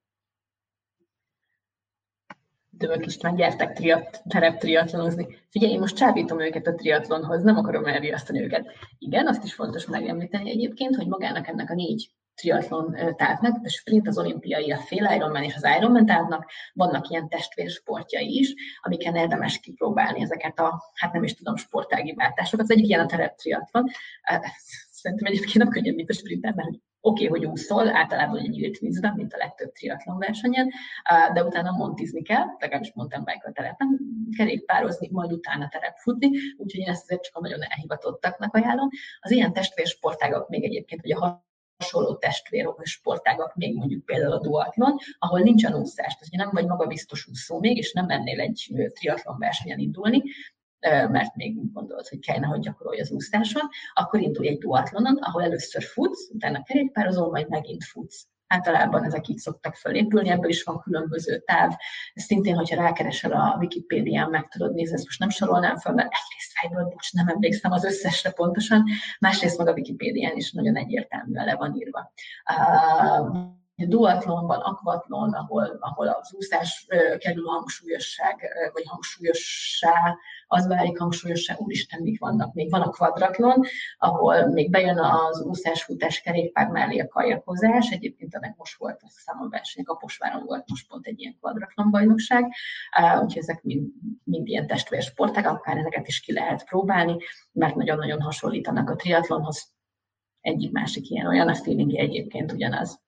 Tövök István, gyertek tereptriatlonozni. Figyelj, én most csábítom őket a triatlonhoz, nem akarom elriasztani őket. Igen, azt is fontos megemlíteni egyébként, hogy magának ennek a 4 triatlon távnak, a sprint, az olimpiai, a fél Ironman és az Ironman távnak vannak ilyen testvérsportjai is, amiken érdemes kipróbálni ezeket a, hát nem is tudom, sportági váltásokat. Az egyik ilyen a tereptriatlon. Szerintem egyébként nem könnyebb, mint a sprinten, mert oké, hogy úszol, általában egy nyílt vízben, mint a legtöbb triatlon versenyen, de utána montizni kell, legalábbis mountain bike-a terepen, kerékpározni, majd utána terepfutni, úgyhogy én ezt azért csak a nagyon elhivatottaknak ajánlom. Az ilyen testvérsportágak még egyébként, vagy a hasonló testvérsportágak még mondjuk például a duatlon, ahol nincsen úszás, tehát nem vagy magabiztos úszó még, és nem mennél egy triatlon versenyen indulni, mert még úgy gondolod, hogy kellene, hogy gyakorolj az úszáson, akkor indulj egy duatlonon, ahol először futsz, utána kerékpározol, majd megint futsz. Általában ezek így szoktak felépülni, ebből is van különböző táv. Szintén, hogyha rákeresel a Wikipédián, meg tudod nézni, ezt most nem sorolnám fel, mert egyrészt szájból, bocs, nem emlékszem az összesre pontosan, másrészt meg a Wikipédián is nagyon egyértelműen le van írva. Duatlon van, akvatlon, ahol az úszás kerül hangsúlyosság, vagy hangsúlyossá, az válik hangsúlyossá, úristen, mik vannak még. Van a kvadratlon, ahol még bejön az úszás, futás, kerékpár mellé a kajakozás. Egyébként ennek most volt, azt hiszem, a verseny, Kaposváron volt most pont egy ilyen kvadratlon bajnokság, úgyhogy ezek mind ilyen testvérsporták, akár ezeket is ki lehet próbálni, mert nagyon-nagyon hasonlítanak a triatlonhoz. Egyik-másik ilyen olyan, a feeling egyébként ugyanaz.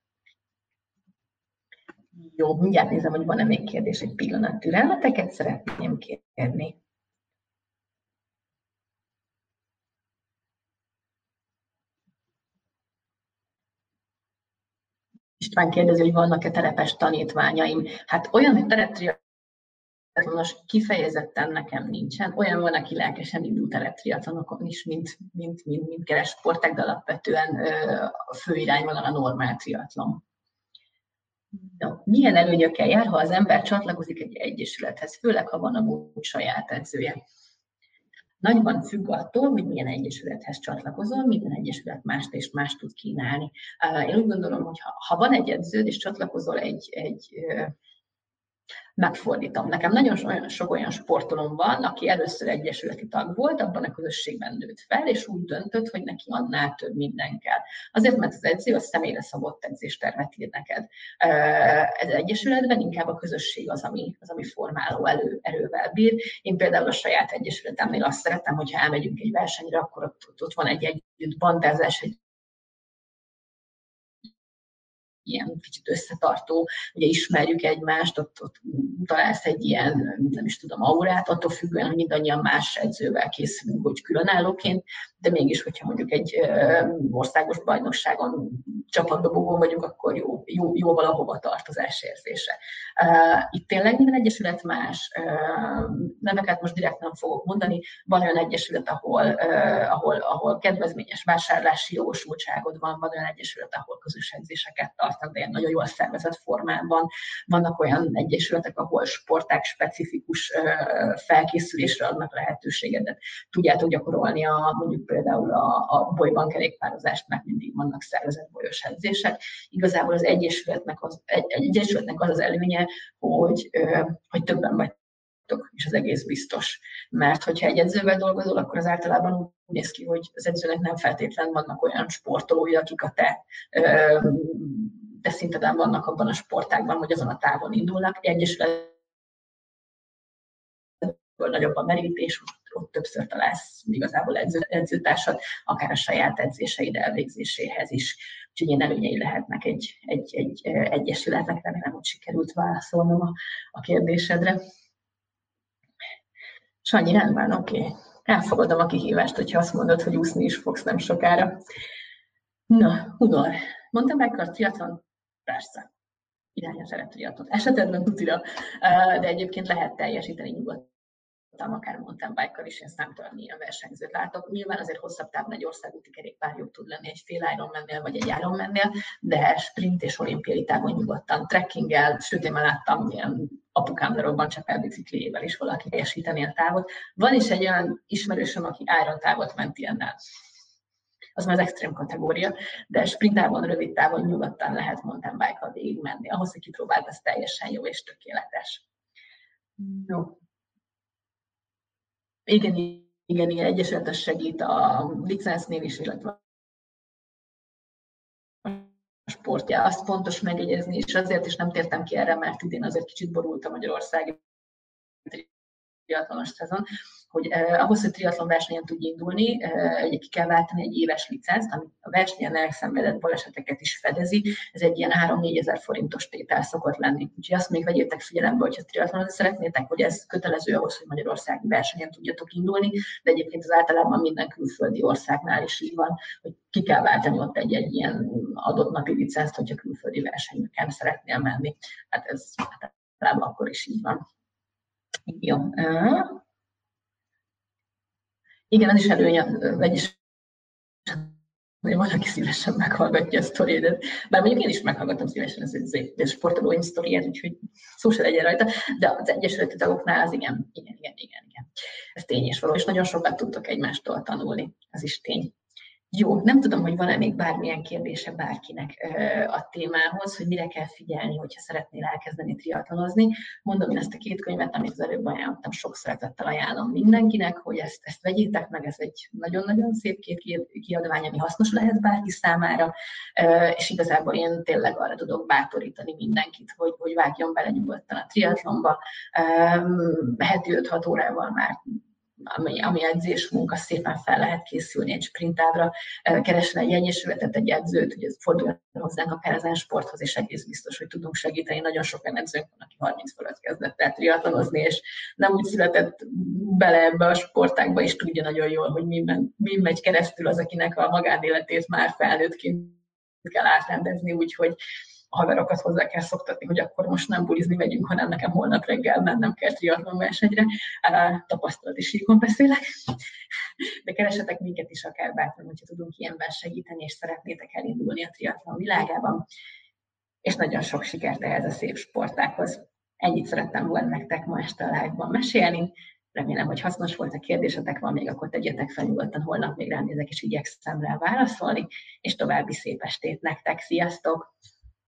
Jó, mindjárt nézem, hogy van-e még kérdés, egy pillanat türelmeteket szeretném kérni. István kérdezi, hogy vannak-e terepes tanítványaim. Hát olyan tereptriatlonos kifejezetten nekem nincsen. Olyan van, aki lelkesen indul tereptriatlonokon is, mint keressporták, de alapvetően a fő irányvonal a normál triatlon. No, milyen előnyökkel jár, ha az ember csatlakozik egy egyesülethez, főleg ha van amúgy saját edzője? Nagyban függ attól, hogy milyen egyesülethez csatlakozol, minden egyesület mást és mást tud kínálni. Én úgy gondolom, hogy ha van egy edződ, és csatlakozol megfordítom. Nekem nagyon sok olyan sportolóm van, aki először egyesületi tag volt, abban a közösségben nőtt fel, és úgy döntött, hogy neki annál több minden kell. Azért, mert az edző a személyre szabott edzéstervet ír neked. Ez egyesületben inkább a közösség az, ami formáló erővel bír. Én például a saját egyesületemnél azt szeretem, hogyha elmegyünk egy versenyre, akkor ott van egy együtt bandázás, egy ilyen kicsit összetartó, ugye ismerjük egymást, ott találsz egy ilyen, nem is tudom, aurát, attól függően, hogy mindannyian más edzővel készülünk, hogy különállóként, de mégis, hogyha mondjuk egy országos bajnokságon csapatdobogón vagyunk, akkor jó valahova tartozás érzése. Itt tényleg minden egyesület más, neveket most direkt nem fogok mondani, van olyan egyesület, ahol kedvezményes vásárlási jogosultságod van olyan egyesület, ahol közös edzéseket tartanak, de ilyen nagyon jól szervezett formában. Vannak olyan egyesületek, ahol sporták specifikus felkészülésre adnak lehetőséget, de tudjátok gyakorolni mondjuk például a bolyban kerékpározást, mert mindig vannak szervezett bolyos edzések. Igazából az egyesületnek az előnye, hogy többen vagytok, és az egész biztos. Mert hogyha egy edzővel dolgozol, akkor az általában úgy néz ki, hogy az edzőnek nem feltétlenül vannak olyan sportolói, akik a te szinteden vannak abban a sportágban, hogy azon a távon indulnak. Egyesületből nagyobb a merítés, ott többször találsz igazából edzőtársat, akár a saját edzéseid elvégzéséhez is. Úgyhogy ilyen előnyei lehetnek egy egyesületnek, remélem, hogy sikerült válaszolnom a kérdésedre. Sanyi, rendben, oké. Elfogadom a kihívást, hogyha azt mondod, hogy úszni is fogsz nem sokára. Na, Hunor, mountain bike triatlon? Persze. Irány a tereptriatlon. Esetedben tutira, de egyébként lehet teljesíteni nyugodtan, akár mountain bike-kal is, én számtalan ilyen versenyzőt látok. Nyilván azért hosszabb távon egy országúti kerékpár jobb tud lenni egy fél Ironman-nél vagy egy Ironman-nél, de sprint és olimpiai távon nyugodtan trekkinggel, sőt én már láttam ilyen apukám darabban csak elbicikliével is valaki teljesíteni a távot. Van is egy olyan ismerősöm, aki Iron távot ment ilyennel. Az már az extrém kategória, de sprintában, rövid távon nyugodtan lehet mountain bike-kal végig menni. Ahhoz, hogy kipróbáld, az teljesen jó és tökéletes. Jó. Igen, egyesületes segít a licencnél is, illetve a sportja. Azt fontos megjegyezni, és azért is nem tértem ki erre, mert idén azért kicsit borult a magyarországi triatlonos szezon, hogy ahhoz, hogy triatlon versenyen tudj indulni, ki kell váltani egy éves licenzt, ami a versenyen elszenvedett baleseteket is fedezi. Ez egy ilyen 3-4 ezer forintos tétel szokott lenni. Úgyhogy azt még vegyétek figyelembe, hogyha triatlonozni szeretnétek, hogy ez kötelező ahhoz, hogy magyarországi versenyen tudjatok indulni, de egyébként az általában minden külföldi országnál is így van, hogy ki kell váltani ott egy ilyen adott napi licenzt, hogyha külföldi versenyeken szeretnél menni. Hát ez általában akkor is így van. Jó. Igen, az is előny, vagyis hogy valaki szívesen meghallgatja a sztoridat. Bár mondjuk én is meghallgatom szívesen az sportolóim sztoriát, úgyhogy szó se legyen rajta, de az egyesületi tagoknál az igen. Ez tény és való, és nagyon sokat tudtok egymástól tanulni, az is tény. Jó, nem tudom, hogy van-e még bármilyen kérdése bárkinek a témához, hogy mire kell figyelni, hogyha szeretnél elkezdeni triatlonozni. Mondom én ezt a 2 könyvet, amit az előbb ajánlottam, sok szeretettel ajánlom mindenkinek, hogy ezt vegyétek meg, ez egy nagyon-nagyon szép 2 kiadvány, ami hasznos lehet bárki számára, és igazából én tényleg arra tudok bátorítani mindenkit, hogy vágjon bele nyugodtan a triatlonba. Heti 5-6 órával már ami edzésmunka, szépen fel lehet készülni egy sprintávra, keresni egy egyesületet, egy edzőt, hogy ez forduljon hozzánk akár az sporthoz, és egész biztos, hogy tudunk segíteni. Nagyon sok edzőnk van, aki 30 fölött kezdett el triatlonozni, és nem úgy született bele ebbe a sportágba, és tudja nagyon jól, hogy mi megy keresztül az, akinek a magánéletét már felnőttként kell átrendezni, úgyhogy a haverokat hozzá kell szoktatni, hogy akkor most nem bulizni megyünk, hanem nekem holnap reggel mennem kell triatlon versenyre. Tapasztalati síkon beszélek. De keresetek minket is akár bátran, hogyha tudunk ilyenben segíteni, és szeretnétek elindulni a triatlon világában. És nagyon sok sikert ehhez a szép sportákhoz. Ennyit szerettem volna nektek ma este a live-ban mesélni. Remélem, hogy hasznos volt, a kérdésetek van még, akkor tegyetek fel nyugodtan, holnap még ránézek, és igyekszem rá válaszolni, és további szép estét nektek. Sziasztok!